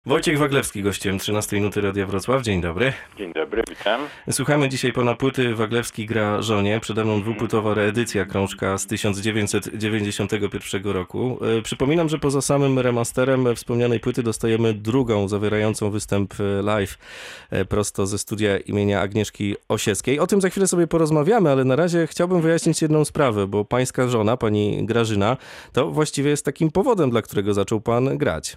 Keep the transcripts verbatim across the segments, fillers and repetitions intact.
Wojciech Waglewski gościem trzynastej Nuty Radia Wrocław. Dzień dobry. Dzień dobry, witam. Słuchamy dzisiaj pana płyty Waglewski gra żonie. Przede mną dwupłytowa reedycja krążka z tysiąc dziewięćset dziewięćdziesiątego pierwszego roku. E, Przypominam, że poza samym remasterem wspomnianej płyty dostajemy drugą, zawierającą występ live e, prosto ze studia imienia Agnieszki Osieckiej. O tym za chwilę sobie porozmawiamy, ale na razie chciałbym wyjaśnić jedną sprawę, bo pańska żona, pani Grażyna, to właściwie jest takim powodem, dla którego zaczął pan grać.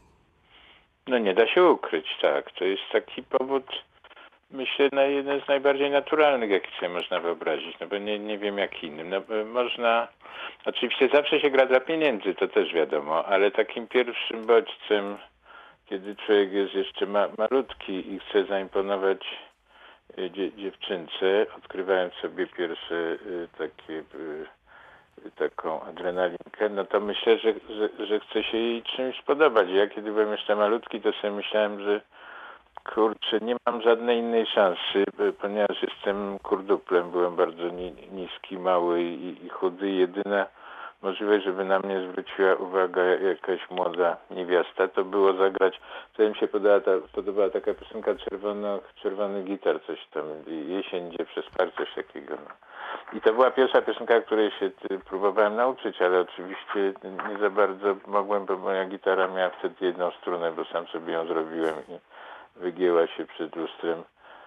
No nie da się ukryć, tak. To jest taki powód, myślę, na jeden z najbardziej naturalnych, jaki sobie można wyobrazić. No bo nie, nie wiem jak innym. No bo można, oczywiście zawsze się gra dla pieniędzy, to też wiadomo, ale takim pierwszym bodźcem, kiedy człowiek jest jeszcze ma, malutki i chce zaimponować y, dzie, dziewczynce, odkrywając sobie pierwsze y, takie... Y, taką adrenalinkę, no to myślę, że, że, że chce się jej czymś spodobać. Ja kiedy byłem jeszcze malutki, to sobie myślałem, że kurczę, nie mam żadnej innej szansy, ponieważ jestem kurduplem, byłem bardzo ni, niski, mały i, i chudy. Jedyna możliwość, żeby na mnie zwróciła uwagę jakaś młoda niewiasta, to było zagrać, co mi się podobała, ta, podobała taka piosenka Czerwono, Czerwony Gitar, coś tam, Jesień idzie przez park, coś takiego. No. I to była pierwsza piosenka, której się ty, próbowałem nauczyć, ale oczywiście nie za bardzo mogłem, bo moja gitara miała wtedy jedną strunę, bo sam sobie ją zrobiłem i wygięła się przed lustrem.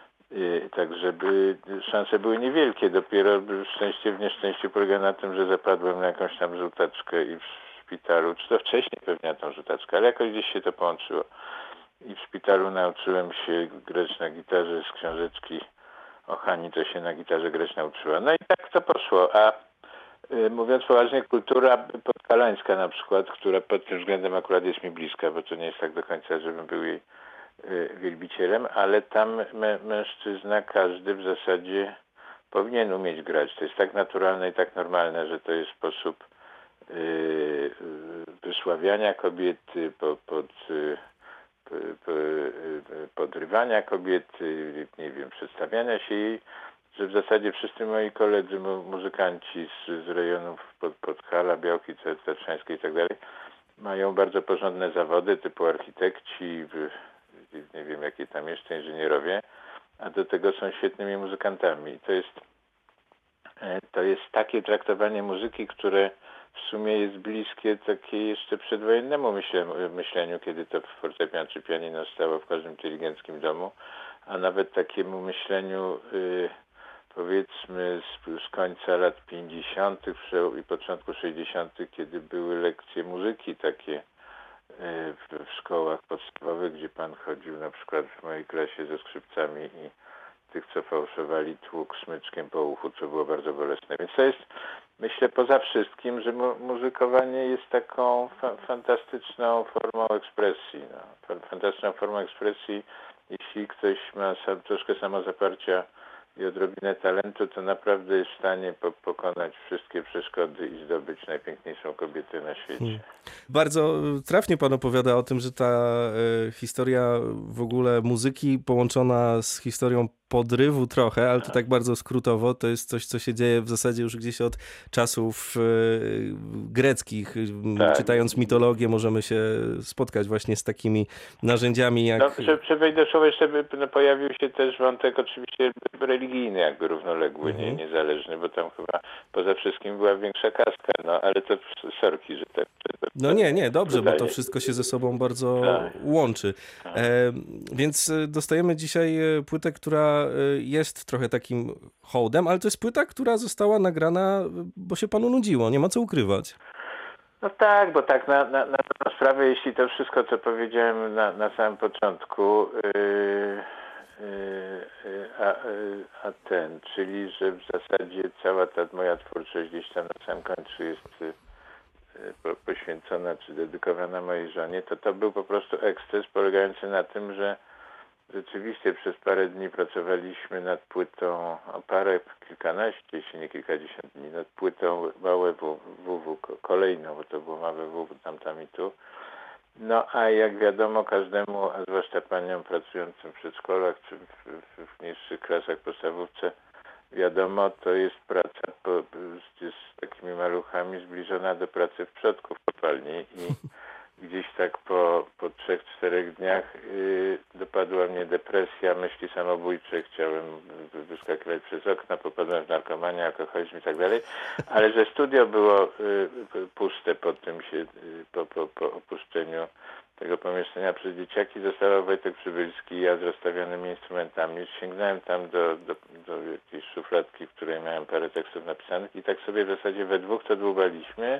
I, tak, żeby szanse były niewielkie. Dopiero szczęście w nieszczęściu polega na tym, że zapadłem na jakąś tam żółtaczkę i w szpitalu, czy to wcześniej pewnie na tą żółtaczkę, ale jakoś gdzieś się to połączyło. I w szpitalu nauczyłem się grać na gitarze z książeczki o Hani, to się na gitarze grać nauczyła. No i tak to poszło. A y, mówiąc poważnie, kultura podhalańska na przykład, która pod tym względem akurat jest mi bliska, bo to nie jest tak do końca, żebym był jej y, wielbicielem, ale tam mę, mężczyzna każdy w zasadzie powinien umieć grać. To jest tak naturalne i tak normalne, że to jest sposób y, y, wysławiania kobiety po, pod... Y, podrywania kobiety, nie wiem, przedstawiania się jej, że w zasadzie wszyscy moi koledzy, mu, muzykanci z, z rejonów pod, Podhala, Białki Tatrzańskiej i tak dalej, mają bardzo porządne zawody typu architekci, nie wiem jakie tam jeszcze, inżynierowie, a do tego są świetnymi muzykantami. I to jest, to jest takie traktowanie muzyki, które w sumie jest bliskie takie jeszcze przedwojennemu myśleniu, kiedy to fortepian czy pianino stało w każdym inteligenckim domu, a nawet takiemu myśleniu y, powiedzmy z, z końca lat pięćdziesiątych i początku sześćdziesiątych, kiedy były lekcje muzyki takie y, w, w szkołach podstawowych, gdzie pan chodził na przykład w mojej klasie ze skrzypcami i tych, co fałszowali tłuk smyczkiem po uchu, co było bardzo bolesne. Więc to jest, myślę, poza wszystkim, że mu- muzykowanie jest taką fa- fantastyczną formą ekspresji. No. Fa- Fantastyczną formą ekspresji, jeśli ktoś ma sam, troszkę samozaparcia i odrobinę talentu, to naprawdę jest w stanie po- pokonać wszystkie przeszkody i zdobyć najpiękniejszą kobietę na świecie. Hmm. Bardzo trafnie pan opowiada o tym, że ta e, historia w ogóle muzyki połączona z historią podrywu trochę, ale to tak bardzo skrótowo, to jest coś, co się dzieje w zasadzie już gdzieś od czasów e, greckich. Tak. Czytając mitologię możemy się spotkać właśnie z takimi narzędziami jak... No, że, że wejdę słowo jeszcze, by, no, pojawił się też wątek oczywiście religijny, jakby równoległy, Mhm. nie, niezależny, bo tam chyba poza wszystkim była większa kaska, no ale to sorki, że tak... No nie, nie, dobrze, bo to wszystko się ze sobą bardzo tak. łączy. Tak. E, więc dostajemy dzisiaj płytę, która jest trochę takim hołdem, ale to jest płyta, która została nagrana, bo się panu nudziło, nie ma co ukrywać. No tak, bo tak na, na, na dobrą sprawę, jeśli to wszystko, co powiedziałem na, na samym początku, yy, yy, a, yy, a ten, czyli że w zasadzie cała ta moja twórczość gdzieś tam na samym końcu jest yy, po, poświęcona czy dedykowana mojej żonie, to to był po prostu eksces polegający na tym, że rzeczywiście przez parę dni pracowaliśmy nad płytą, o parę, kilkanaście, jeśli nie kilkadziesiąt dni, nad płytą małe W W, kolejną, bo to było małe W W tam, tam i tu. No a jak wiadomo każdemu, a zwłaszcza paniom pracującym w przedszkolach czy w, w, w niższych klasach podstawówce, wiadomo, to jest praca po, z, z takimi maluchami zbliżona do pracy w przodku w kopalni i gdzieś tak po, po trzech, czterech dniach yy, dopadła mnie depresja, myśli samobójcze, chciałem wy- wyskakiwać przez okna, popadłem w narkomanię, alkoholizm i tak dalej, ale że studio było yy, puste po tym się, yy, po, po, po opuszczeniu tego pomieszczenia przez dzieciaki, zostawał Wojtek Przybylski, ja z rozstawionymi instrumentami. Sięgnąłem tam do, do, do jakiejś szufladki, w której miałem parę tekstów napisanych i tak sobie w zasadzie we dwóch to dłubaliśmy.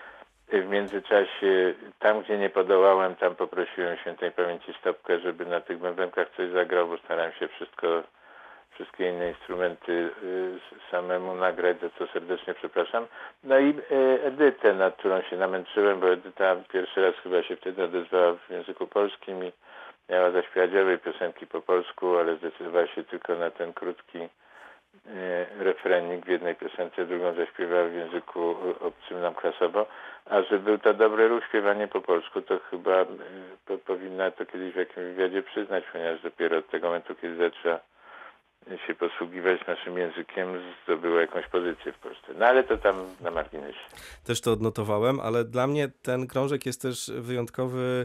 W międzyczasie, tam gdzie nie podołałem, tam poprosiłem świętej pamięci Stopkę, żeby na tych bębenkach coś zagrał, bo starałem się wszystko, wszystkie inne instrumenty y, samemu nagrać, za co serdecznie przepraszam. No i y, Edytę, nad którą się namęczyłem, bo Edyta pierwszy raz chyba się wtedy odezwała w języku polskim i miała zaśpiewać obie piosenki po polsku, ale zdecydowała się tylko na ten krótki y, refrenik w jednej piosence, drugą zaśpiewała w języku obcym nam klasowo. A że był to dobry ruch śpiewanie po polsku, to chyba y, po, powinna to kiedyś w jakimś wywiadzie przyznać, ponieważ dopiero od tego momentu, kiedy zaczęła się posługiwać naszym językiem, zdobyła jakąś pozycję w Polsce. No ale to tam na marginesie. Też to odnotowałem, ale dla mnie ten krążek jest też wyjątkowy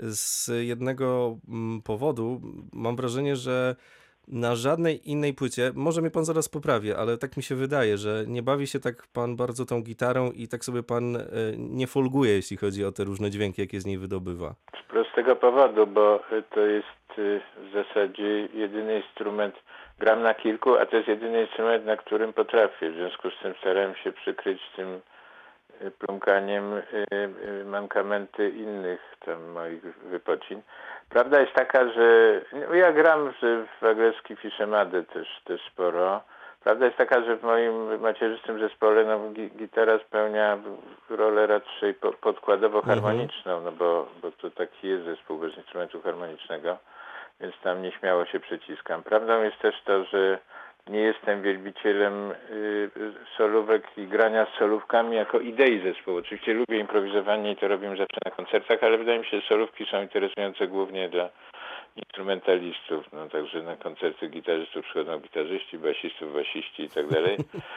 z jednego mm, powodu. Mam wrażenie, że na żadnej innej płycie, może mnie pan zaraz poprawi, ale tak mi się wydaje, że nie bawi się tak pan bardzo tą gitarą i tak sobie pan e, nie folguje, jeśli chodzi o te różne dźwięki, jakie z niej wydobywa. Z prostego powodu, bo y, to jest y, w zasadzie jedyny instrument, gram na kilku, a to jest jedyny instrument, na którym potrafię. W związku z tym starałem się przykryć tym y, plumkaniem y, y, mankamenty innych tam moich wypocin. Prawda jest taka, że no, ja gram w, w Waglewski Fiszemadę też, też sporo. Prawda jest taka, że w moim macierzystym zespole no, gi- gitara spełnia rolę raczej po, podkładowo-harmoniczną, no bo, bo to taki jest zespół bez instrumentu harmonicznego, więc tam nieśmiało się przyciskam. Prawdą jest też to, że nie jestem wielbicielem y, solówek i grania z solówkami jako idei zespołu. Oczywiście lubię improwizowanie i to robimy zawsze na koncertach, ale wydaje mi się, że solówki są interesujące głównie dla instrumentalistów. No, także na koncerty gitarzystów przychodzą gitarzyści, basistów, basiści i tak dalej.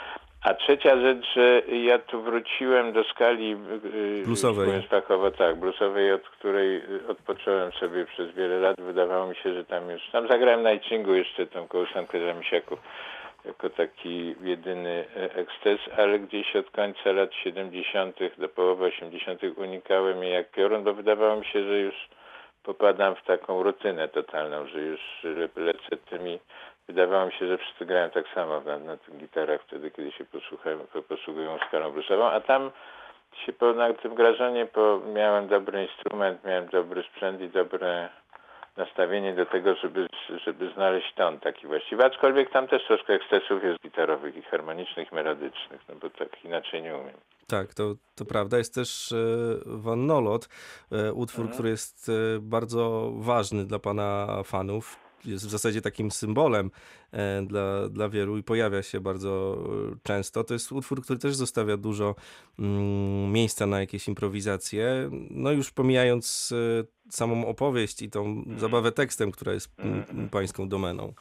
A trzecia rzecz, że ja tu wróciłem do skali, yy, Bluesowej. mówiąc fachowo, tak, bluesowej, od której y, odpocząłem sobie przez wiele lat. Wydawało mi się, że tam już, tam zagrałem na Itchingu jeszcze tą kołysankę za misiaków jako taki jedyny e, eksces, ale gdzieś od końca lat siedemdziesiątych do połowy osiemdziesiątych unikałem jej jak piorun, bo wydawało mi się, że już popadam w taką rutynę totalną, że już le- lecę tymi. Wydawało mi się, że wszyscy grają tak samo na, na tych gitarach wtedy, kiedy się posłuchają, po- posługują skalą bluesową, a tam się po, na tym grażonie po, miałem dobry instrument, miałem dobry sprzęt i dobre nastawienie do tego, żeby, żeby znaleźć ton taki właściwy, aczkolwiek tam też troszkę ekscesów jest gitarowych i harmonicznych i melodycznych, no bo tak inaczej nie umiem. Tak, to, to prawda. Jest też e, Van Nolot, e, utwór, Mhm. który jest e, bardzo ważny dla pana fanów. Jest w zasadzie takim symbolem e, dla, dla wielu i pojawia się bardzo e, często. To jest utwór, który też zostawia dużo mm, miejsca na jakieś improwizacje. No już pomijając e, samą opowieść i tą zabawę tekstem, która jest mm, pańską domeną.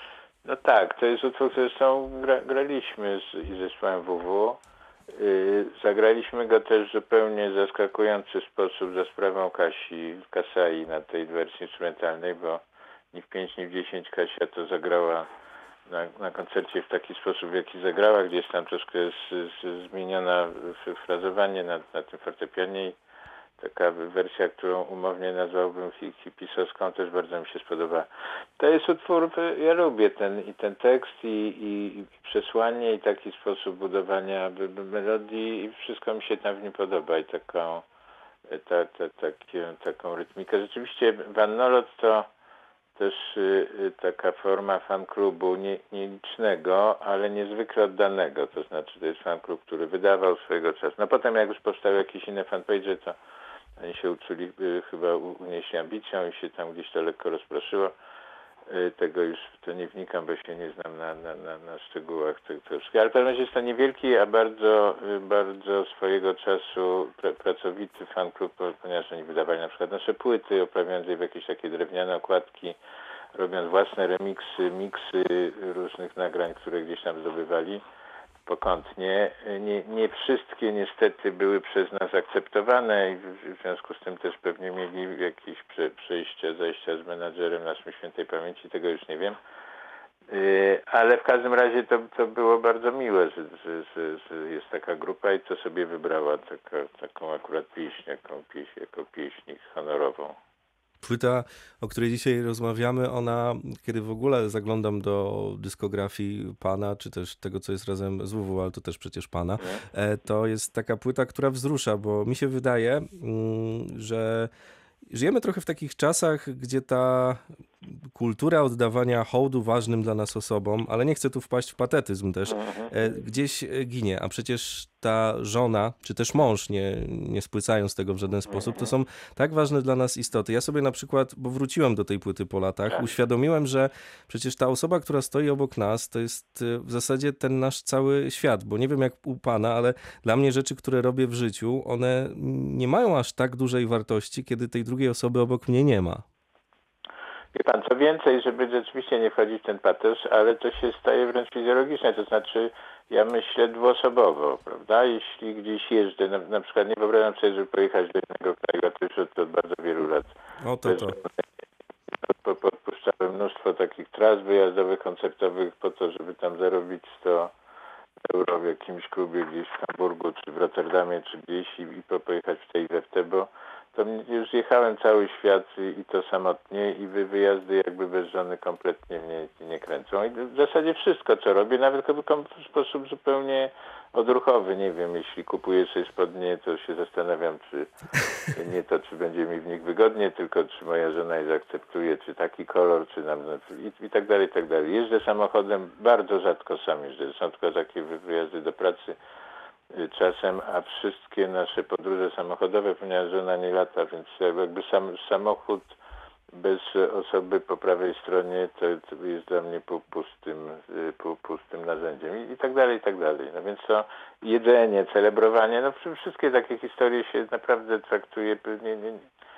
No tak, to jest utwór, który zresztą gra, graliśmy z, i zespołem W W. Yy, zagraliśmy go też w zupełnie zaskakujący sposób za sprawą Kasi Kasai na tej wersji instrumentalnej, bo ni w pięć, ni w dziesięć Kasia to zagrała na, na koncercie w taki sposób, w jaki zagrała, gdzie jest tam troszkę z, z, zmieniona f- frazowanie na, na tym fortepianie i taka wersja, którą umownie nazwałbym hi- hipisowską, też bardzo mi się spodoba. To jest utwór, ja lubię ten i ten tekst i, i, i przesłanie i taki sposób budowania b- b- melodii i wszystko mi się tam w nim podoba i taką, ta, ta, takie, taką rytmikę. Rzeczywiście Van Nolot to też y, y, taka forma fanklubu nie, nielicznego, ale niezwykle oddanego. To znaczy to jest fanklub, który wydawał swojego czasu. No potem jak już powstały jakieś inne fanpage, to oni się uczuli, y, chyba u- unieśli ambicją i się tam gdzieś to lekko rozproszyło. Y, tego już w to nie wnikam, bo się nie znam na, na, na, na szczegółach tego tego wszystkiego. Ale w pewnym razie jest to niewielki, a bardzo, y, bardzo swojego czasu pra, pracowity fanklub, po- ponieważ oni wydawali na przykład nasze płyty, oprawiając je w jakieś takie drewniane okładki, robiąc własne remiksy, miksy różnych nagrań, które gdzieś tam zdobywali. pokątnie. Nie, nie wszystkie niestety były przez nas akceptowane i w, w związku z tym też pewnie mieli jakieś prze, przejścia, zajścia z menadżerem naszym świętej pamięci, tego już nie wiem. Yy, ale w każdym razie to, to było bardzo miłe, że, że, że, że jest taka grupa i co sobie wybrała taka, taką akurat pieśń, jaką pieśń, jako pieśń honorową. Płyta, o której dzisiaj rozmawiamy, ona, kiedy w ogóle zaglądam do dyskografii pana, czy też tego, co jest razem z W W, ale to też przecież pana, e, to jest taka płyta, która wzrusza, bo mi się wydaje, mm, że żyjemy trochę w takich czasach, gdzie ta kultura oddawania hołdu ważnym dla nas osobom, ale nie chcę tu wpaść w patetyzm też, e, gdzieś ginie, a przecież ta żona, czy też mąż, nie, nie spłycając tego w żaden sposób, to są tak ważne dla nas istoty. Ja sobie na przykład, bo wróciłem do tej płyty po latach, uświadomiłem, że przecież ta osoba, która stoi obok nas, to jest e, w zasadzie ten nasz cały świat, bo nie wiem jak u pana, ale dla mnie rzeczy, które robię w życiu, one nie mają aż tak dużej wartości, kiedy tej drugiej osoby obok mnie nie ma. Wie pan, co więcej, żeby rzeczywiście nie wchodzić w ten patos, ale to się staje wręcz fizjologiczne, to znaczy ja myślę dwuosobowo, prawda? Jeśli gdzieś jeżdżę, na, na przykład nie wyobrażam sobie, żeby pojechać do innego kraju, a to już od, od bardzo wielu lat. O to to. Po- Podpuszczałem mnóstwo takich tras wyjazdowych, koncertowych po to, żeby tam zarobić sto euro w jakimś klubie gdzieś w Hamburgu, czy w Rotterdamie, czy gdzieś i, i po- pojechać w tej we w te, bo to już jechałem cały świat i, i to samotnie i wy, wyjazdy jakby bez żony kompletnie mnie nie kręcą. I w zasadzie wszystko, co robię, nawet chyba w sposób zupełnie odruchowy. Nie wiem, jeśli kupuję sobie spodnie, to się zastanawiam, czy nie to, czy będzie mi w nich wygodnie, tylko czy moja żona je zaakceptuje, czy taki kolor, czy nam, i, i tak dalej, i tak dalej. Jeżdżę samochodem, bardzo rzadko sam jeżdżę. Są tylko takie wy- wyjazdy do pracy czasem, a wszystkie nasze podróże samochodowe, ponieważ żona nie lata, więc jakby sam samochód bez osoby po prawej stronie to, to jest dla mnie pół pustym, pół pustym narzędziem i, i tak dalej, i tak dalej. No więc to jedzenie, celebrowanie, no wszystkie takie historie się naprawdę traktuje nie, nie,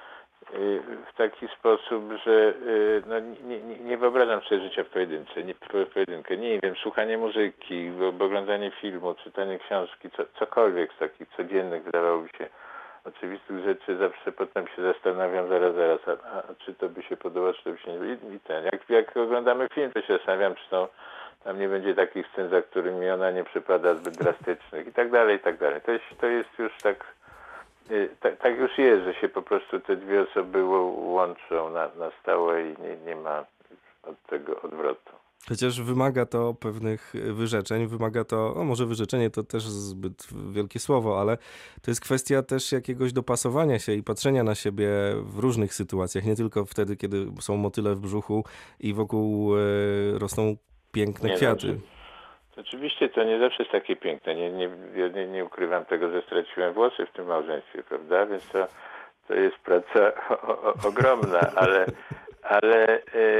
w taki sposób, że no, nie, nie, nie wyobrażam sobie życia w pojedynce, nie, w pojedynkę. Nie wiem, słuchanie muzyki, oglądanie filmu, czytanie książki, co, cokolwiek z takich codziennych wydawałoby się oczywistych rzeczy, zawsze potem się zastanawiam, zaraz, zaraz, a, a czy to by się podobało, czy to by się nie podobało. I ten, jak, jak oglądamy film, to się zastanawiam, czy to, tam nie będzie takich scen, za którymi ona nie przypada zbyt drastycznych i tak dalej, i tak dalej. To jest, to jest już tak, tak, tak już jest, że się po prostu te dwie osoby łączą na, na stałe i nie, nie ma od tego odwrotu. Chociaż wymaga to pewnych wyrzeczeń, wymaga to, no może wyrzeczenie to też zbyt wielkie słowo, ale to jest kwestia też jakiegoś dopasowania się i patrzenia na siebie w różnych sytuacjach, nie tylko wtedy, kiedy są motyle w brzuchu i wokół e, rosną piękne Nie, kwiaty. Znaczy, oczywiście to nie zawsze jest takie piękne. Nie, nie, nie, nie ukrywam tego, że straciłem włosy w tym małżeństwie, prawda? Więc to, to jest praca o, o, ogromna, ale, ale e,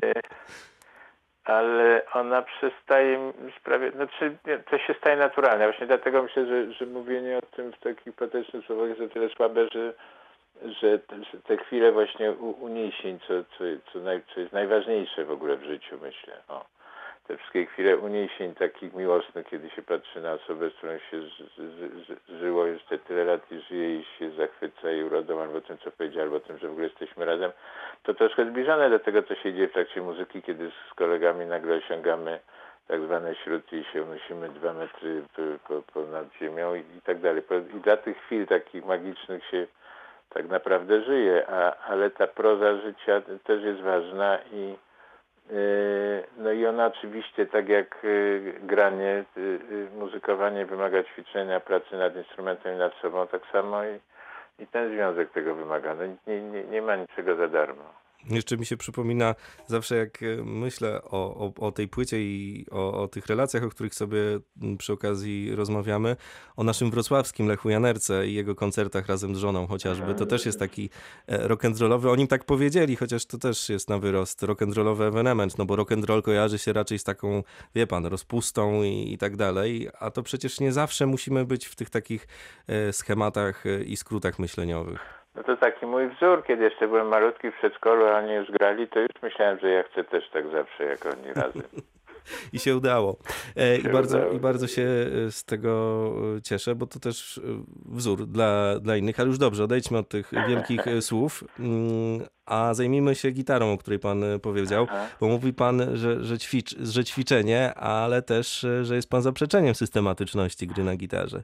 ale ona przestaje sprawiać, znaczy to się staje naturalne. Właśnie dlatego myślę, że, że mówienie o tym w takich patetycznych słowach jest o tyle słabe, że, że, te, że te chwile właśnie uniesień, co, co, co, naj, co jest najważniejsze w ogóle w życiu, myślę. O. Te wszystkie chwile uniesień takich miłosnych, kiedy się patrzy na osobę, z którą się ży, ży, ży, żyło jeszcze tyle lat i żyje i się zachwyca jej urodą, albo tym, co powiedział, albo tym, że w ogóle jesteśmy razem, to troszkę zbliżone do tego, co się dzieje w trakcie muzyki, kiedy z kolegami nagle osiągamy tak zwane śruty i się unosimy dwa metry ponad ziemią i, i tak dalej. I dla tych chwil takich magicznych się tak naprawdę żyje, a, ale ta proza życia też jest ważna i no i ona oczywiście, tak jak granie, muzykowanie wymaga ćwiczenia, pracy nad instrumentem i nad sobą, tak samo i, i ten związek tego wymaga. No nie, nie, nie ma niczego za darmo. Jeszcze mi się przypomina zawsze, jak myślę o, o, o tej płycie i o, o tych relacjach, o których sobie przy okazji rozmawiamy, o naszym wrocławskim Lechu Janerce i jego koncertach razem z żoną chociażby. To też jest taki rock'n'rollowy, o nim tak powiedzieli, chociaż to też jest na wyrost, rock'n'rollowy ewenement, no bo rock'n'roll kojarzy się raczej z taką, wie pan, rozpustą i, i tak dalej, a to przecież nie zawsze musimy być w tych takich schematach i skrótach myśleniowych. No to taki mój wzór, kiedy jeszcze byłem malutki w przedszkolu, a oni już grali, to już myślałem, że ja chcę też tak zawsze, jak oni razem. I się udało. E, I Się bardzo, udało. i bardzo się e, z tego e, cieszę, bo to też e, wzór dla, dla innych. Ale już dobrze, odejdźmy od tych wielkich e, słów, mm, a zajmijmy się gitarą, o której pan e, powiedział, Aha. bo mówi pan, że, że, ćwicz, że ćwiczenie, ale też, e, że jest pan zaprzeczeniem systematyczności gry na gitarze.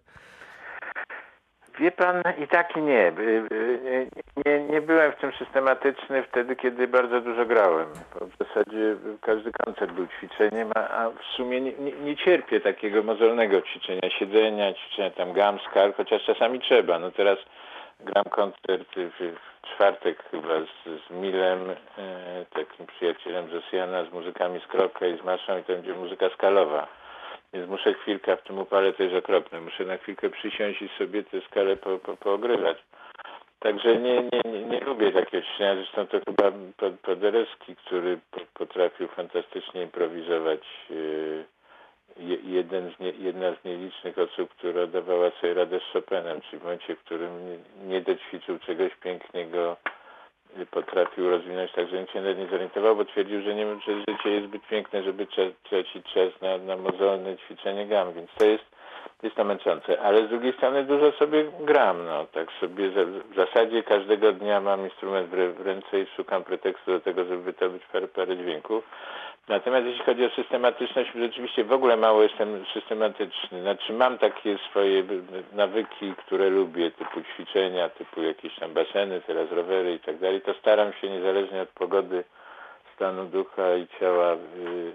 Wie pan, i tak i nie. Y, y, nie. Nie byłem w tym systematyczny wtedy, kiedy bardzo dużo grałem. Bo w zasadzie każdy koncert był ćwiczeniem, a, a w sumie nie, nie, nie cierpię takiego mozolnego ćwiczenia, siedzenia, ćwiczenia tam gam, skarb, chociaż czasami trzeba. No teraz gram koncert w, w czwartek chyba z, z Milem, e, takim przyjacielem z Rosjana, z muzykami z Kroka i z Maszą, i to będzie muzyka skalowa. Więc muszę chwilkę, w tym upale to jest okropne, muszę na chwilkę przysiąść i sobie tę skalę po, po, poogrywać. Także nie, nie, nie, nie lubię takiego ćwiczenia, zresztą to chyba Paderewski, który po, potrafił fantastycznie improwizować. Yy, jeden z nie, jedna z nielicznych osób, która dawała sobie radę z Chopinem, czyli w momencie, w którym nie, nie doćwiczył czegoś pięknego, potrafił rozwinąć tak, że nikt się nawet nie zorientował, bo twierdził, że, nie, że życie jest zbyt piękne, żeby tracić czas na, na mozolne ćwiczenie gam, więc to jest, to jest to męczące. Ale z drugiej strony dużo sobie gram, no, tak sobie w zasadzie każdego dnia mam instrument w ręce i szukam pretekstu do tego, żeby wydobyć parę, parę dźwięków. Natomiast jeśli chodzi o systematyczność, rzeczywiście w ogóle mało jestem systematyczny. Znaczy mam takie swoje nawyki, które lubię, typu ćwiczenia, typu jakieś tam baseny, teraz rowery i tak dalej. To staram się niezależnie od pogody, stanu ducha i ciała yy,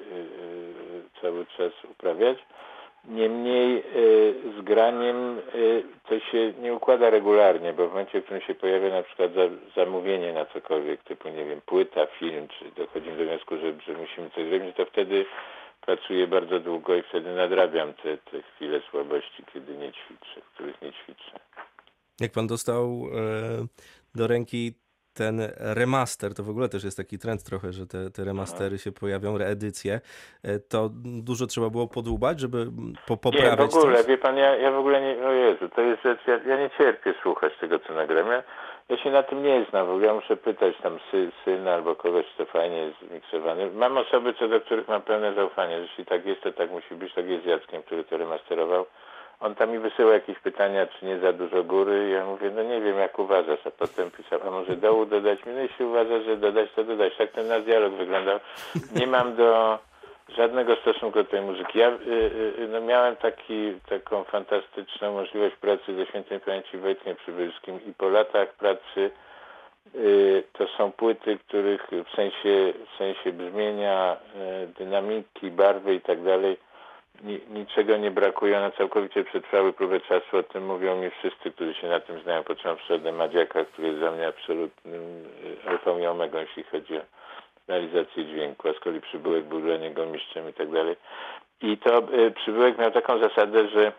yy, cały czas uprawiać. Niemniej y, z graniem y, to się nie układa regularnie, bo w momencie, w którym się pojawia na przykład za, zamówienie na cokolwiek, typu, nie wiem, płyta, film, czy dochodzimy do wniosku, że, że musimy coś zrobić, to wtedy pracuję bardzo długo i wtedy nadrabiam te, te chwile słabości, kiedy nie ćwiczę, w których nie ćwiczę. Jak pan dostał e, do ręki ten remaster, to w ogóle też jest taki trend trochę, że te, te remastery Aha. się pojawią, reedycje, e, to dużo trzeba było podłubać, żeby po, poprawiać Nie, w ogóle, coś? wie pan, ja, ja w ogóle nie, o Jezu, to jest rzecz, ja, ja nie cierpię słuchać tego, co nagram. Ja, ja się na tym nie znam, w ogóle ja muszę pytać tam sy, syna albo kogoś, kto fajnie jest miksowany. Mam osoby, co do których mam pełne zaufanie, że jeśli tak jest, to tak musi być, tak jest z Jackiem, który to remasterował. On tam mi wysyła jakieś pytania, czy nie za dużo góry. Ja mówię, no nie wiem, jak uważasz. A potem pisał, a może dołu dodać mi? No jeśli uważasz, że dodać, to dodać. Tak ten nasz dialog wyglądał. Nie mam do żadnego stosunku do tej muzyki. Ja y, y, no miałem taki, taką fantastyczną możliwość pracy ze świętej pamięci Wojtkiem Przybylskim i po latach pracy y, to są płyty, których w sensie, w sensie brzmienia, y, dynamiki, barwy i tak dalej niczego nie brakuje, one całkowicie przetrwały próbę czasu, o tym mówią mi wszyscy, którzy się na tym znają, począwszy od Madziaka, który jest dla mnie absolutnym alfą i omegą, jeśli chodzi o realizację dźwięku, a z kolei Przybyłek był dla niego mistrzem i tak dalej. I to y, Przybyłek miał taką zasadę, że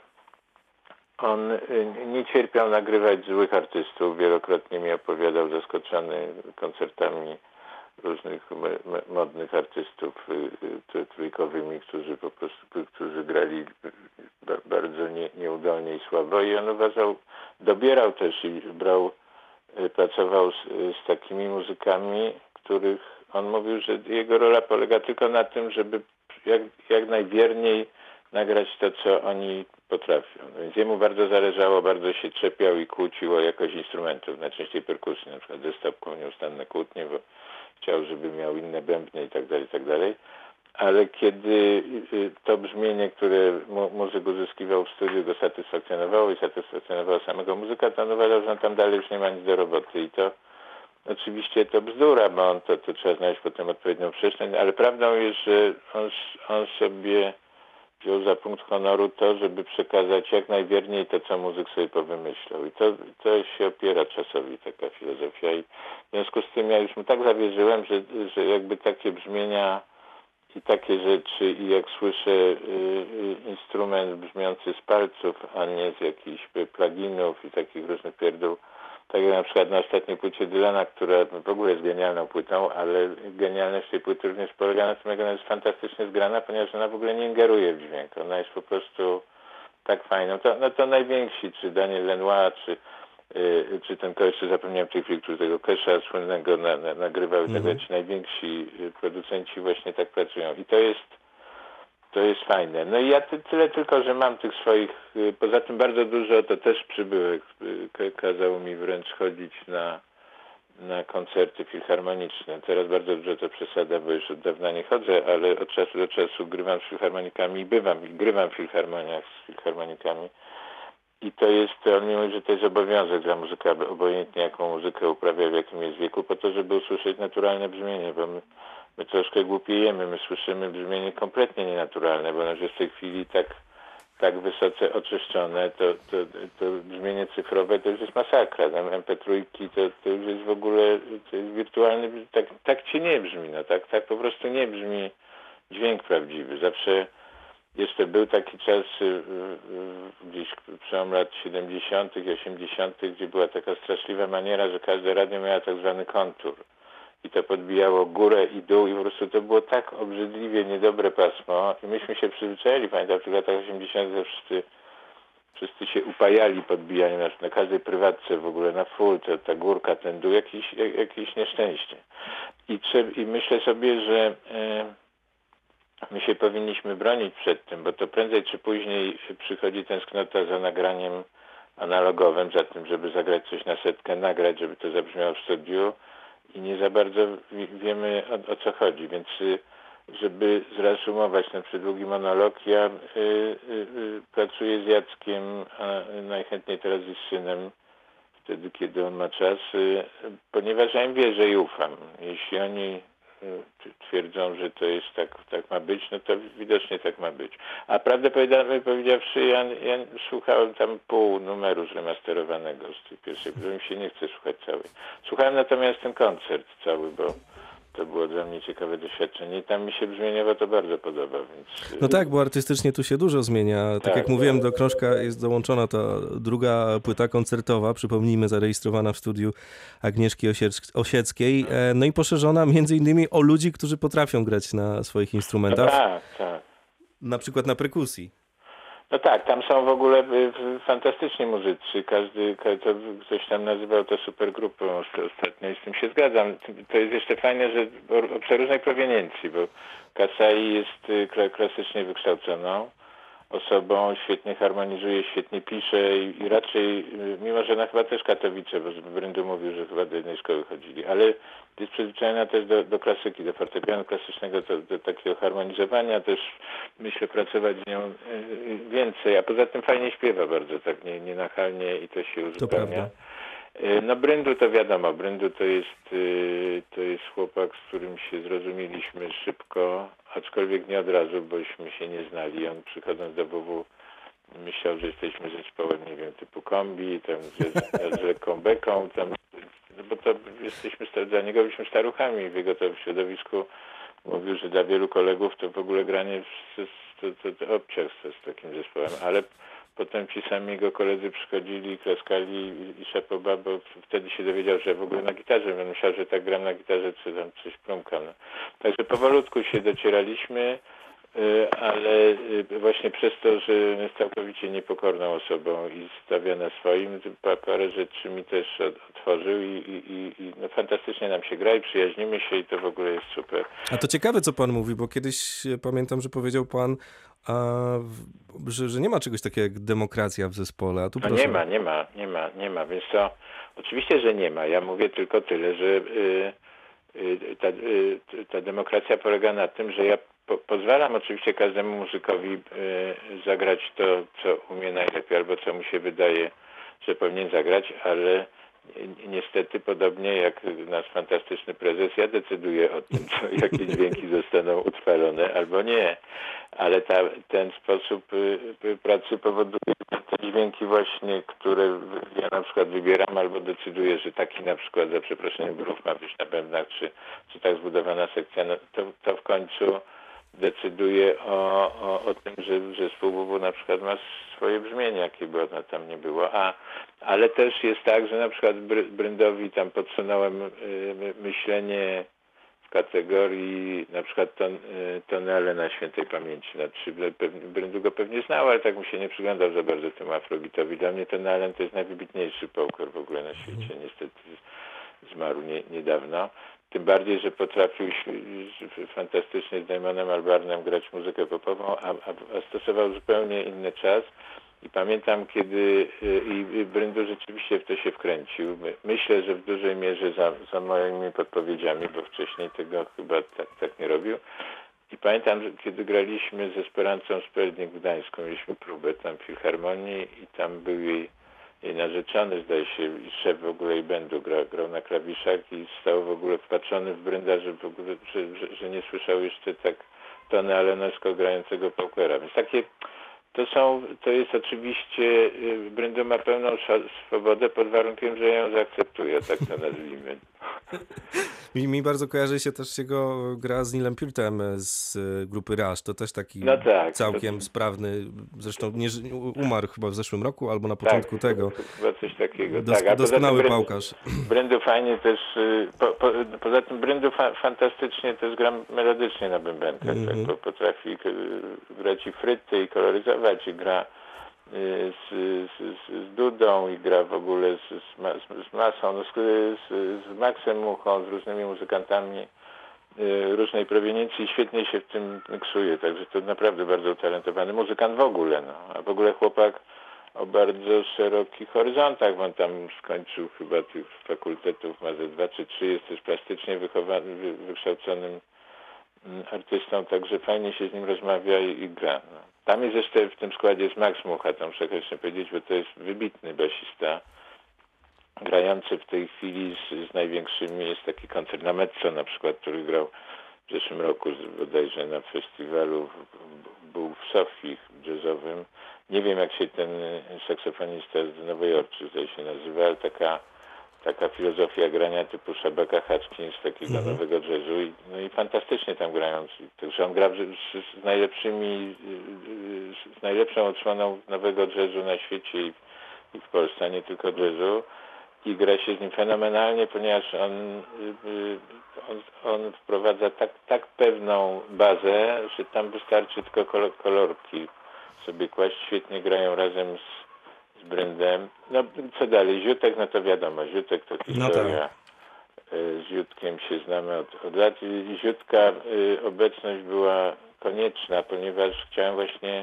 on y, nie cierpiał nagrywać złych artystów, wielokrotnie mi opowiadał, zaskoczony koncertami różnych modnych artystów y, y, trójkowymi, którzy po prostu, którzy grali bardzo nie, nieudolnie i słabo, i on uważał, dobierał też i brał, y, pracował z, z takimi muzykami, których on mówił, że jego rola polega tylko na tym, żeby jak, jak najwierniej nagrać to, co oni potrafią. No więc jemu bardzo zależało, bardzo się czepiał i kłócił o jakość instrumentów, najczęściej perkusji, na przykład ze stopką nieustanne kłótnie, bo chciał, żeby miał inne bębny i tak dalej, i tak dalej. Ale kiedy to brzmienie, które mu, muzyk uzyskiwał w studiu, go satysfakcjonowało i satysfakcjonowało samego muzyka, to on uważał, że on tam dalej już nie ma nic do roboty. I to oczywiście to bzdura, bo on to, to trzeba znaleźć potem odpowiednią przestrzeń, ale prawdą jest, że on, on sobie wziął za punkt honoru to, żeby przekazać jak najwierniej to, co muzyk sobie powymyślał. I to, to się opiera czasowi, taka filozofia. I w związku z tym ja już mu tak zawierzyłem, że, że jakby takie brzmienia i takie rzeczy, i jak słyszę y, y, instrument brzmiący z palców, a nie z jakichś pluginów i takich różnych pierdół, tak jak na przykład na ostatniej płycie Dylana, która w ogóle jest genialną płytą, ale genialność tej płyty również polega na tym, jak ona jest fantastycznie zgrana, ponieważ ona w ogóle nie ingeruje w dźwięk. Ona jest po prostu tak fajną. To, no to najwięksi, czy Daniel Lenoir, czy, yy, czy ten koleś, czy zapomniałem w tej chwili, który tego Kesha słynnego na, na, nagrywał i tak dalej, ci najwięksi producenci właśnie tak pracują. I to jest to jest fajne. No i ja ty, tyle tylko, że mam tych swoich, y, poza tym bardzo dużo, to też przybyłek, y, k- kazało mi wręcz chodzić na, na koncerty filharmoniczne. Teraz bardzo dużo to przesada, bo już od dawna nie chodzę, ale od czasu do czasu grywam z filharmonikami i bywam, i grywam w filharmoniach z filharmonikami. I to jest, on mi mówi, że to jest obowiązek dla muzyka, obojętnie jaką muzykę uprawia, w jakim jest wieku, po to, żeby usłyszeć naturalne brzmienie, bo my, my troszkę głupiejemy, my słyszymy brzmienie kompletnie nienaturalne, bo ono jest w tej chwili tak, tak wysoce oczyszczone, to, to, to brzmienie cyfrowe to już jest masakra, tam em pe trzy to, to już jest w ogóle, to jest wirtualny, tak, tak ci nie brzmi, no tak, tak po prostu nie brzmi dźwięk prawdziwy. Zawsze jeszcze był taki czas y, y, y, gdzieś przełom lat siedemdziesiątych i osiemdziesiątych, gdzie była taka straszliwa maniera, że każde radio miało tak zwany kontur. I to podbijało górę i dół i po prostu to było tak obrzydliwie niedobre pasmo. I myśmy się przyzwyczaili, pamiętam, w latach osiemdziesiątych wszyscy, wszyscy się upajali podbijaniem, na, na każdej prywatce w ogóle, na full, to, ta górka, ten dół, jakieś, jak, jakieś nieszczęście. I, trzeb, I myślę sobie, że... Y, My się powinniśmy bronić przed tym, bo to prędzej czy później przychodzi tęsknota za nagraniem analogowym, za tym, żeby zagrać coś na setkę, nagrać, żeby to zabrzmiało w studiu i nie za bardzo wiemy o, o co chodzi, więc żeby zreasumować ten przedługi monolog, ja y, y, y, pracuję z Jackiem, a najchętniej teraz i z synem, wtedy kiedy on ma czas, y, ponieważ ja im wierzę i ufam. Jeśli oni twierdzą, że to jest tak, tak ma być, no to widocznie tak ma być. A prawdę powiedziawszy, ja, ja słuchałem tam pół numeru zremasterowanego z tej pierwszej, bo mi się nie chce słuchać całej. Słuchałem natomiast ten koncert cały, bo to było dla mnie ciekawe doświadczenie i tam mi się brzmieniowo to bardzo podoba. Więc... No tak, bo artystycznie tu się dużo zmienia. Tak, tak jak mówiłem, do krążka jest dołączona ta druga płyta koncertowa, przypomnijmy, zarejestrowana w studiu Agnieszki Osiec- Osieckiej, no i poszerzona między innymi o ludzi, którzy potrafią grać na swoich instrumentach. No tak, tak. Na przykład na perkusji. No tak, tam są w ogóle fantastyczni muzycy. Każdy, to ktoś tam nazywał to supergrupą ostatnio i z tym się zgadzam. To jest jeszcze fajne, że o przeróżnej proweniencji, bo Kasai jest klasycznie wykształconą osobą, świetnie harmonizuje, świetnie pisze i, i raczej, mimo że ona chyba też Katowice, bo Bryndu mówił, że chyba do jednej szkoły chodzili, ale jest przyzwyczajona też do, do klasyki, do fortepianu klasycznego, do, do takiego harmonizowania, też myślę pracować z nią więcej, a poza tym fajnie śpiewa bardzo, tak nie, nienachalnie i to się uzupełnia. No Bryndu to wiadomo, Bryndu to jest, to jest chłopak, z którym się zrozumieliśmy szybko, aczkolwiek nie od razu, bośmy się nie znali. On przychodząc do W W myślał, że jesteśmy zespołem, nie wiem, typu kombi, tam z, z lekką beką, tam, no bo to jesteśmy, dla niego byliśmy staruchami w jego to w środowisku. Mówił, że dla wielu kolegów to w ogóle granie to, to, to obciach z, z takim zespołem, ale potem ci sami jego koledzy przychodzili, klaskali i, i szapoba, bo wtedy się dowiedział, że w ogóle na gitarze, bo myślał, że tak gram na gitarze, czy tam coś plumkam. No. Także powolutku się docieraliśmy, ale właśnie przez to, że jest całkowicie niepokorną osobą i stawia na swoim, parę rzeczy mi też otworzył i, i, i no fantastycznie nam się gra i przyjaźnimy się i to w ogóle jest super. A to ciekawe, co pan mówi, bo kiedyś pamiętam, że powiedział pan, a, że, że nie ma czegoś takiego jak demokracja w zespole. A tu no proszę... nie ma, nie ma, nie ma, nie ma, więc to oczywiście, że nie ma. Ja mówię tylko tyle, że y, y, ta, y, ta demokracja polega na tym, że ja po, pozwalam oczywiście każdemu muzykowi y, zagrać to, co umie najlepiej albo co mu się wydaje, że powinien zagrać, ale niestety, podobnie jak nasz fantastyczny prezes, ja decyduję o tym, co, jakie dźwięki zostaną utrwalone albo nie. Ale ta, ten sposób pracy powoduje, że te dźwięki właśnie, które ja na przykład wybieram albo decyduję, że taki na przykład, za przeproszeniem, groove ma być na bębnach, czy, czy tak zbudowana sekcja, no to, to w końcu decyduje o, o, o tym, że zespół W W na przykład ma swoje brzmienie, jakie by ono tam nie było. A, ale też jest tak, że na przykład Bryndowi tam podsunąłem y, myślenie w kategorii na przykład ton, y, tonale na świętej pamięci. Znaczy, Bryndu go pewnie znał, ale tak mu się nie przyglądał za bardzo temu afrobitowi. Dla mnie ten Allen to jest najwybitniejszy poker w ogóle na świecie. Niestety zmarł nie, niedawno. Tym bardziej, że potrafił fantastycznie z Damonem Albarnem grać muzykę popową, a, a, a stosował zupełnie inny czas. I pamiętam, kiedy i Bryndu rzeczywiście w to się wkręcił. My, myślę, że w dużej mierze za, za moimi podpowiedziami, bo wcześniej tego chyba tak, tak nie robił. I pamiętam, że kiedy graliśmy z Esperancą Sperling w Gdańsku, mieliśmy próbę tam w Filharmonii i tam był jej, jej narzeczony, zdaje się, i szef w ogóle i będu gra, grał na klawiszach i stał w ogóle wpatrzony w Brynda, że, w ogóle, że, że, że nie słyszał jeszcze tak Tony Allenowskiego grającego pokera. Więc takie To są, to jest oczywiście, Bryndu ma pełną swobodę pod warunkiem, że ją zaakceptuje, tak to nazwijmy. Mi, mi bardzo kojarzy się też jego gra z Neilem Peartem z grupy Rush. To też taki no tak, całkiem to... sprawny, zresztą nie, umarł chyba w zeszłym roku albo na początku tak, tego. Chyba coś takiego. Dos, tak. A doskonały Bryndu, pałkarz. Bryndu fajnie też, po, po, poza tym Bryndu fa, fantastycznie też gra melodycznie na bębenkach. Mm-hmm. Tak, potrafi grać i fryty, i koloryzować, i gra Z, z, z Dudą i gra w ogóle z, z, z Masą, no z, z, z Maxem Muchą, z różnymi muzykantami y, różnej proweniencji, świetnie się w tym miksuje, także to naprawdę bardzo utalentowany muzykant w ogóle, no. A w ogóle chłopak o bardzo szerokich horyzontach, bo on tam skończył chyba tych fakultetów, ma ze dwa czy trzy, jest też plastycznie wychowany, wy, wykształconym artystą, także fajnie się z nim rozmawia i, i gra. No. Tam jest jeszcze w tym składzie jest Max Mucha, tam muszę koniecznie powiedzieć, bo to jest wybitny basista, grający w tej chwili z, z największymi. Jest taki koncert na mezzo na przykład, który grał w zeszłym roku bodajże na festiwalu, był w Sofii jazzowym. Nie wiem, jak się ten saksofonista z Nowej Jorczy, zdaje się nazywa, ale taka taka filozofia grania typu Shabaka Hutchins, takiego mm-hmm. nowego jazzu. I, no i fantastycznie tam grają. Także on gra z, z najlepszymi, z najlepszą odsłoną nowego jazzu na świecie i, i w Polsce, a nie tylko jazzu. I gra się z nim fenomenalnie, ponieważ on, on, on wprowadza tak, tak pewną bazę, że tam wystarczy tylko kolor, kolorki sobie kłaść. Świetnie grają razem z z Bryndem. No co dalej? Ziutek, no to wiadomo, Ziutek to historia. No tak. Z Ziutkiem się znamy od, od lat. I Ziutka y, obecność była konieczna, ponieważ chciałem właśnie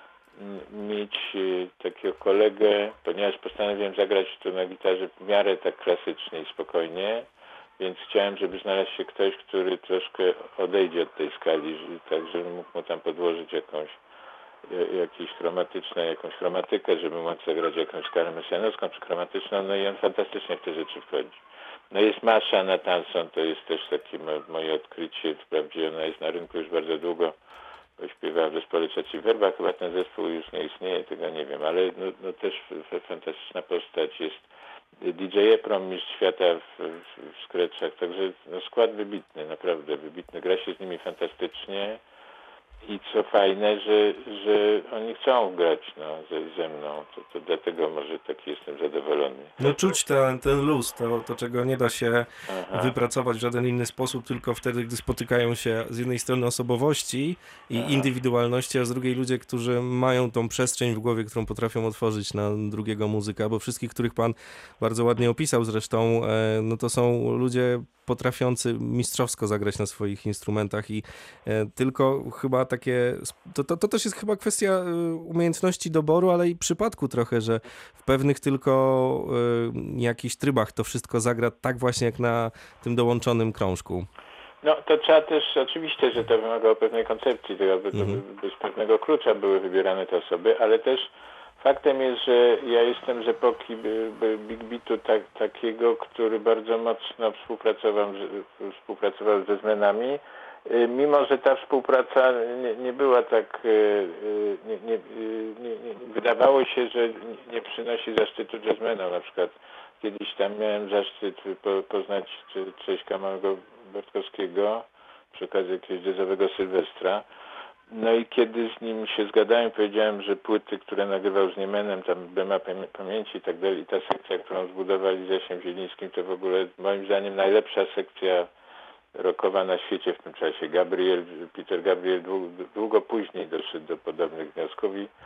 m, mieć y, takiego kolegę, ponieważ postanowiłem zagrać tu na gitarze w miarę tak klasycznie i spokojnie, więc chciałem, żeby znalazł się ktoś, który troszkę odejdzie od tej skali, tak żebym mógł mu tam podłożyć jakąś jakieś chromatyczne, jakąś chromatykę, żeby móc zagrać jakąś skalę mesjanowską czy chromatyczną, no i on fantastycznie w te rzeczy wchodzi. No jest Masza Nathanson, to jest też takie moje odkrycie, wprawdzie ona jest na rynku już bardzo długo, bo śpiewała w zespole Czaci Werba, chyba ten zespół już nie istnieje, tego nie wiem, ale no, no też fantastyczna postać. Jest D J Eprom, mistrz świata w, w, w scratchach, także no, skład wybitny, naprawdę wybitny, gra się z nimi fantastycznie. I co fajne, że, że oni chcą grać no, ze, ze mną, to, to dlatego może taki jestem zadowolony. No czuć ten, ten luz, to, to czego nie da się Aha. wypracować w żaden inny sposób, tylko wtedy, gdy spotykają się z jednej strony osobowości i Aha. indywidualności, a z drugiej ludzie, którzy mają tą przestrzeń w głowie, którą potrafią otworzyć na drugiego muzyka, bo wszystkich, których pan bardzo ładnie opisał zresztą, no to są ludzie potrafiący mistrzowsko zagrać na swoich instrumentach i e, tylko chyba takie, to, to, to też jest chyba kwestia umiejętności doboru, ale i przypadku trochę, że w pewnych tylko e, jakichś trybach to wszystko zagra tak właśnie jak na tym dołączonym krążku. No to trzeba też, oczywiście, że to wymagało pewnej koncepcji, tego, aby mhm. bez pewnego klucza były wybierane te osoby, ale też faktem jest, że ja jestem z epoki Big Beatu tak, takiego, który bardzo mocno współpracował, współpracował ze Zmenami, mimo że ta współpraca nie, nie była tak, nie, nie, nie, nie, wydawało się, że nie przynosi zaszczytu jazzmenom. Na przykład kiedyś tam miałem zaszczyt po, poznać Cześćka Małego Bartkowskiego przy okazji jakiegoś jazzowego Sylwestra. No i kiedy z nim się zgadałem, powiedziałem, że płyty, które nagrywał z Niemenem, tam B M A Pamięci i tak dalej, i ta sekcja, którą zbudowali z Jasiem Zielińskim, to w ogóle moim zdaniem najlepsza sekcja rockowa na świecie w tym czasie. Gabriel, Peter Gabriel długo, długo później doszedł do podobnych wniosków i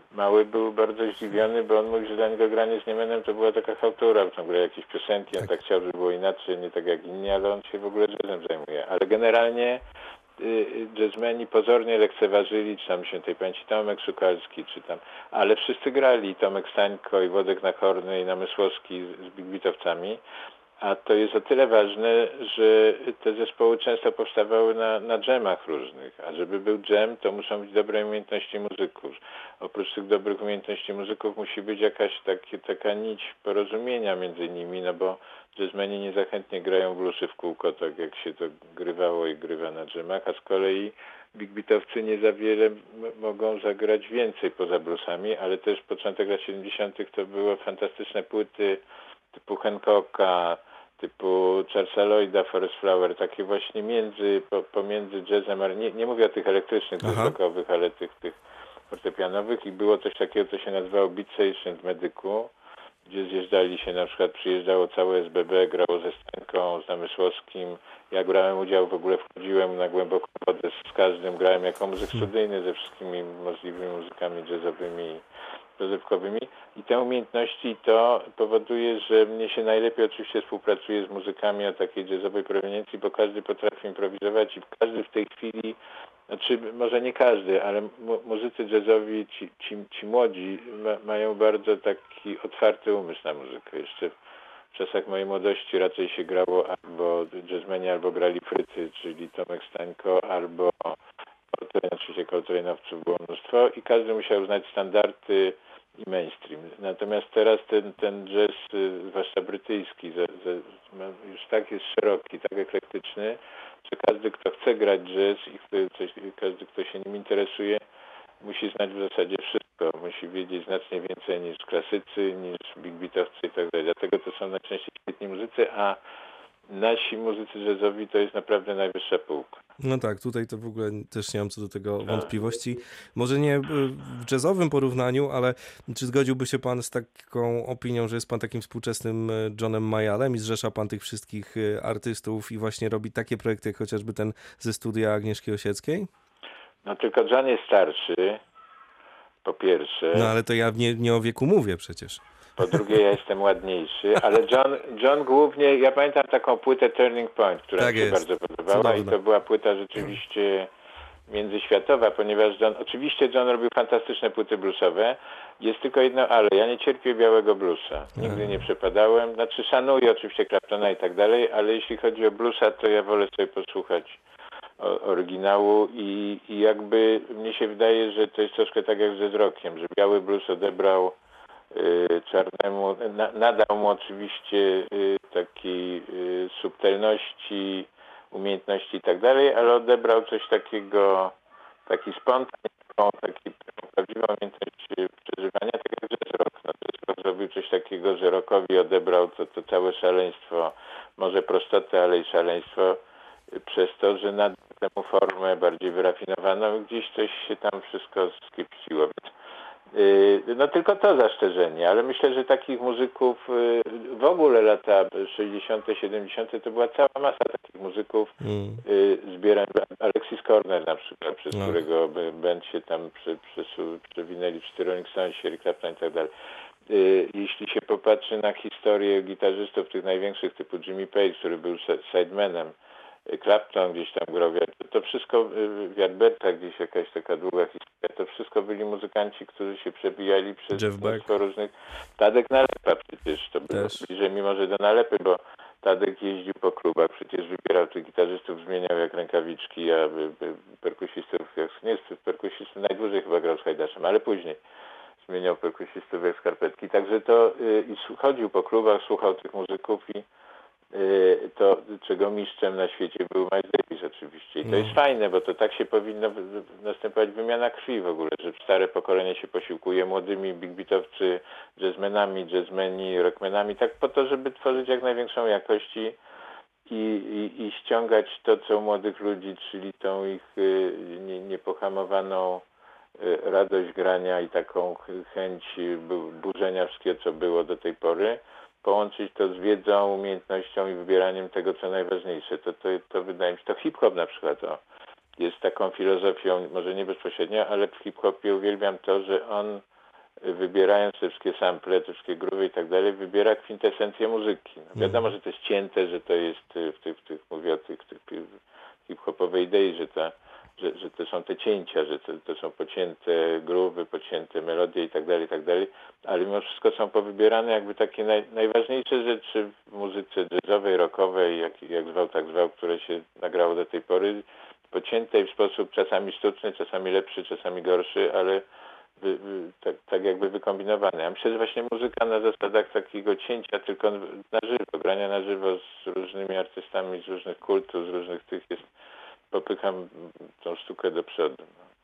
mały był bardzo zdziwiony, bo on mówił, że dla niego granie z Niemenem to była taka chałtura, bo tam grał jakieś piosenki, on Tak. tak chciał, żeby było inaczej, nie tak jak inni, ale on się w ogóle jazzem zajmuje. Ale generalnie y, jazzmeni pozornie lekceważyli, czy tam świętej pamięci Tomek Szukalski, czy tam, ale wszyscy grali, Tomek Stańko i Włodek Nakorny i Namysłowski z, z big beatowcami. A to jest o tyle ważne, że te zespoły często powstawały na, na dżemach różnych, a żeby był dżem, to muszą być dobre umiejętności muzyków. Oprócz tych dobrych umiejętności muzyków musi być jakaś takie, taka nić porozumienia między nimi, no bo jazzmeni niezachętnie grają bluesy w kółko, tak jak się to grywało i grywa na dżemach, a z kolei big beatowcy nie za wiele m- mogą zagrać więcej poza bluesami, ale też początek lat siedemdziesiątych to były fantastyczne płyty typu Hancocka, typu Charlesa Lloyda, Forest Flower, takie właśnie między, po, pomiędzy jazzem, ale nie, nie mówię o tych elektrycznych, Aha. rockowych, ale tych, tych fortepianowych i było coś takiego, co się nazywało Beat Station w Medyku, gdzie zjeżdżali się, na przykład przyjeżdżało całe S B B, grało ze Stańką, z Namysłowskim. Ja brałem udział, w ogóle wchodziłem na głęboką wodę z każdym, grałem jako muzyk studyjny ze wszystkimi możliwymi muzykami jazzowymi, rozrywkowymi i te umiejętności to powoduje, że mnie się najlepiej oczywiście współpracuje z muzykami o takiej jazzowej proweniencji, bo każdy potrafi improwizować i każdy w tej chwili, znaczy może nie każdy, ale mu- muzycy jazzowi, ci, ci, ci młodzi ma, mają bardzo taki otwarty umysł na muzykę. Jeszcze w czasach mojej młodości raczej się grało albo jazzmeni, albo grali fryty, czyli Tomek Stańko, albo Coltrane, oczywiście Coltrane'owców było mnóstwo i każdy musiał znać standardy i mainstream. Natomiast teraz ten, ten jazz, y, zwłaszcza brytyjski, za, za, ma- już tak jest szeroki, tak eklektyczny, że każdy, kto chce grać jazz i kto, coś, każdy, kto się nim interesuje, musi znać w zasadzie wszystko. Musi wiedzieć znacznie więcej niż klasycy, niż big beatowcy i tak dalej. Dlatego to są najczęściej świetni muzycy, a nasi muzycy jazzowi to jest naprawdę najwyższa półka. No tak, tutaj to w ogóle też nie mam co do tego wątpliwości. Może nie y, w jazzowym porównaniu, ale czy zgodziłby się pan z taką opinią, że jest pan takim współczesnym y, Johnem Mayallem i zrzesza pan tych wszystkich y, artystów i właśnie robi takie projekty, jak chociażby ten ze studia Agnieszki Osieckiej? No tylko John jest starszy, po pierwsze. No ale to ja nie, nie o wieku mówię przecież. Po drugie, ja jestem ładniejszy, ale John, John głównie, ja pamiętam taką płytę Turning Point, która Tak mi się jest. bardzo podobała Cudowna. i to była płyta rzeczywiście międzyświatowa, ponieważ John, oczywiście John robił fantastyczne płyty bluesowe, jest tylko jedno ale, ja nie cierpię białego bluesa, nigdy nie przepadałem, znaczy szanuję oczywiście Claptona i tak dalej, ale jeśli chodzi o bluesa, to ja wolę sobie posłuchać o- oryginału i, i jakby mnie się wydaje, że to jest troszkę tak jak ze rockiem, że biały blues odebrał y, czarnemu, na, nadał mu oczywiście y, takiej y, subtelności, umiejętności i tak dalej, ale odebrał coś takiego, taki spontan, taką, taki, taką prawdziwą umiejętność y, przeżywania, tak jak jazz rock. No, jazz rock zrobił coś takiego, że rockowi odebrał to, to całe szaleństwo, może prostotę, ale i szaleństwo y, przez to, że nadał temu formę bardziej wyrafinowaną i gdzieś coś się tam wszystko skiepściło. Więc Yy, No tylko to zastrzeżenie, ale myślę, że takich muzyków yy, w ogóle lata sześćdziesiąte, siedemdziesiąte to była cała masa takich muzyków Mm. yy, zbierań. Alexis Corner na przykład, przez No. którego b- band się tam prze, przesu- przewinęli wszyscy Rolling Stones, Eric Clapton i tak dalej. Yy, Jeśli się popatrzy na historię gitarzystów tych największych typu Jimmy Page, który był se- sidemanem, Clapton gdzieś tam grał, to, to wszystko y, w Yardbirdsach gdzieś jakaś taka długa historia, to wszystko byli muzykanci, którzy się przebijali przez Jeff Beck. mnóstwo różnych... Tadek Nalepa przecież, to było Też. bliżej mimo, że do Nalepy, bo Tadek jeździł po klubach, przecież wybierał tych gitarzystów, zmieniał jak rękawiczki, a y, y, perkusistów, jak nie jest perkusistów, najdłużej chyba grał z Hajdaszem, ale później zmieniał perkusistów jak skarpetki, także to y, i chodził po klubach, słuchał tych muzyków i y, to, czego mistrzem na świecie był Miles Davis oczywiście. I to No. jest fajne, bo to tak się powinno wy- wy- następować wymiana krwi w ogóle, że stare pokolenie się posiłkuje młodymi big beatowcy, jazzmenami, jazzmeni, rockmenami, tak po to, żeby tworzyć jak największą jakość i, i, i, i ściągać to, co u młodych ludzi, czyli tą ich y, nie, niepohamowaną y, radość grania i taką ch- chęć y, bu- burzenia wszystkiego, co było do tej pory, połączyć to z wiedzą, umiejętnością i wybieraniem tego, co najważniejsze. To, to, to wydaje mi się, to hip-hop na przykład o, jest taką filozofią, może nie bezpośrednio, ale w hip-hopie uwielbiam to, że on wybierając te wszystkie sample, te wszystkie groove i tak dalej, wybiera kwintesencję muzyki. No wiadomo, że to jest cięte, że to jest y, w tych, w tych mówię o tych, tych hip-hopowej idei, że, ta, że, że to są te cięcia, że to, to są pocięte groove'y, pocięte melodie i tak dalej, i tak dalej, ale mimo wszystko są powybierane jakby takie naj, najważniejsze rzeczy w muzyce jazzowej, rockowej, jak, jak zwał, tak zwał, które się nagrało do tej pory, pocięte w sposób czasami sztuczny, czasami lepszy, czasami gorszy, ale wy, wy, tak, tak jakby wykombinowane. Ja myślę, że właśnie muzyka na zasadach takiego cięcia tylko na żywo, grania na żywo z różnymi artystami z różnych kultów, z różnych tych jest, popycham tą sztukę do przodu.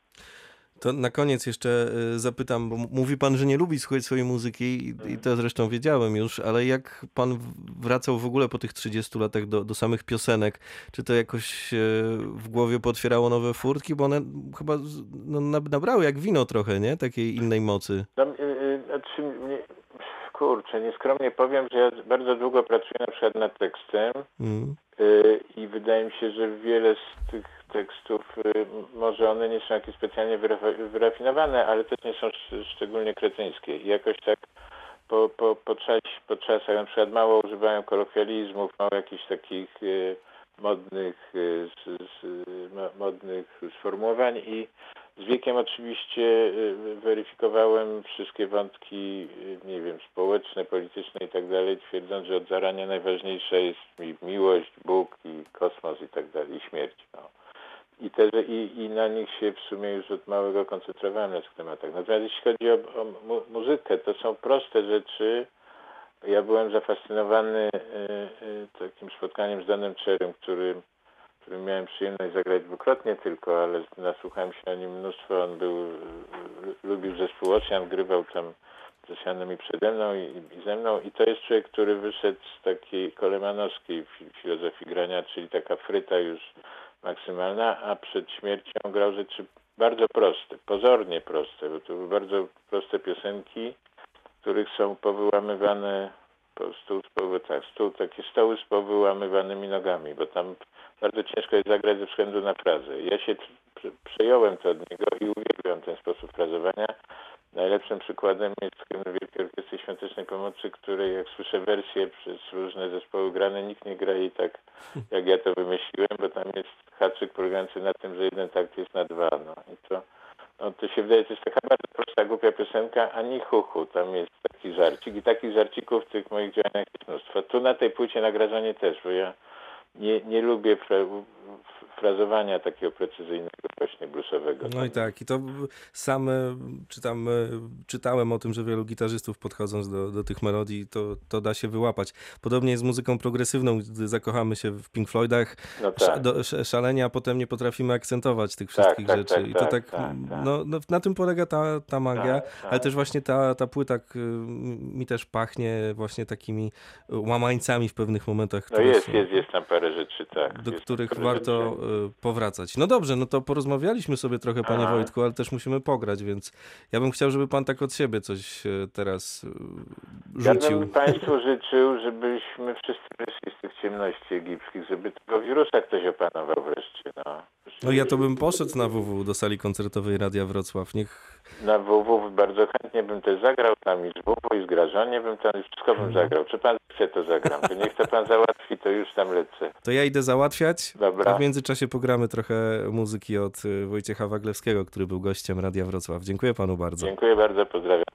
To na koniec jeszcze y, zapytam, bo m- mówi pan, że nie lubi słuchać swojej muzyki i, i to zresztą wiedziałem już, ale jak pan w- wracał w ogóle po tych trzydziestu latach do, do samych piosenek, czy to jakoś y, w głowie potwierało nowe furtki, bo one chyba z- no, nab- nabrały jak wino trochę, nie? Takiej innej mocy. No, y, y, znaczy, nie, kurczę, nieskromnie powiem, że ja bardzo długo pracuję na przykład nad tekstem Mm. y, i wydaje mi się, że wiele z tych tekstów, y, może one nie są jakieś specjalnie wyrafi- wyrafinowane, ale też nie są sz- szczególnie kretyńskie. I jakoś tak po, po, po, czas, po czasach na przykład mało używają kolokwializmów, mało jakichś takich y, modnych, y, z, z, mo- modnych sformułowań i z wiekiem oczywiście y, weryfikowałem wszystkie wątki, y, nie wiem, społeczne, polityczne i tak dalej, twierdząc, że od zarania najważniejsza jest mi miłość, Bóg i kosmos i tak dalej, i śmierć. No. I, te, i, I na nich się w sumie już od małego koncentrowałem na tych tematach. Natomiast jeśli chodzi o, o mu, muzykę, to są proste rzeczy. Ja byłem zafascynowany y, y, takim spotkaniem z Danem Cherrym, który, którym miałem przyjemność zagrać dwukrotnie tylko, ale nasłuchałem się o nim mnóstwo. On był, y, lubił zespół Ocean, grywał tam z Oceanem i przede mną i, i ze mną. I to jest człowiek, który wyszedł z takiej kolemanowskiej fi, filozofii grania, czyli taka fryta już maksymalna, a przed śmiercią grał rzeczy bardzo proste, pozornie proste, bo to były bardzo proste piosenki, w których są powyłamywane po stół, po, tak, stół, takie stoły z powyłamywanymi nogami, bo tam bardzo ciężko jest zagrać ze względu na frazę. Ja się prze, przejąłem to od niego i uwielbiam ten sposób frazowania. Najlepszym przykładem jest hymn Wielkiej Orkiestry Świątecznej Pomocy, której jak słyszę wersję przez różne zespoły grane, nikt nie gra jej tak, jak ja to wymyśliłem, bo tam jest haczyk polegający na tym, że jeden takt jest na dwa. No. I to, no, to się wydaje, to jest taka bardzo prosta, głupia piosenka, ani chuchu. Tam jest taki żarcik i takich żarcików w tych moich działaniach jest mnóstwo. Tu na tej płycie nagradzanie też, bo ja nie, nie lubię fra, frazowania takiego precyzyjnego, właśnie bluesowego. No i tak, i to sam e, czytam, e, czytałem o tym, że wielu gitarzystów podchodząc do, do tych melodii, to, to da się wyłapać. Podobnie jest z muzyką progresywną, gdy zakochamy się w Pink Floydach, No tak. sz, do, sz, szalenie, a potem nie potrafimy akcentować tych wszystkich tak, rzeczy. tak, I to tak, tak, tak, tak. No, no, na tym polega ta, ta magia, Tak, tak. ale też właśnie ta, ta płyta k- mi też pachnie właśnie takimi łamańcami w pewnych momentach, No które jest, są, jest, jest tam parę rzeczy, tak. do jest których parę warto rzeczy. y, powracać. No dobrze, no to porozmawialiśmy sobie trochę, panie Aha. Wojtku, ale też musimy pograć, więc ja bym chciał, żeby pan tak od siebie coś y, teraz y, Ja rzucił. bym Państwu życzył, żebyśmy wszyscy wyszli z tych ciemności egipskich, żeby tego wirusa ktoś opanował wreszcie. No, No ja to bym poszedł na W W do sali koncertowej Radia Wrocław. Niech... Na W W bardzo chętnie bym też zagrał tam i z W W i z Grażonie bym tam wszystko bym zagrał. Czy Pan chce, to zagram. To niech to Pan załatwi, to już tam lecę. To ja idę załatwiać, Dobra. a w międzyczasie pogramy trochę muzyki od y, Wojciecha Waglewskiego, który był gościem Radia Wrocław. Dziękuję panu bardzo. Dziękuję bardzo, pozdrawiam.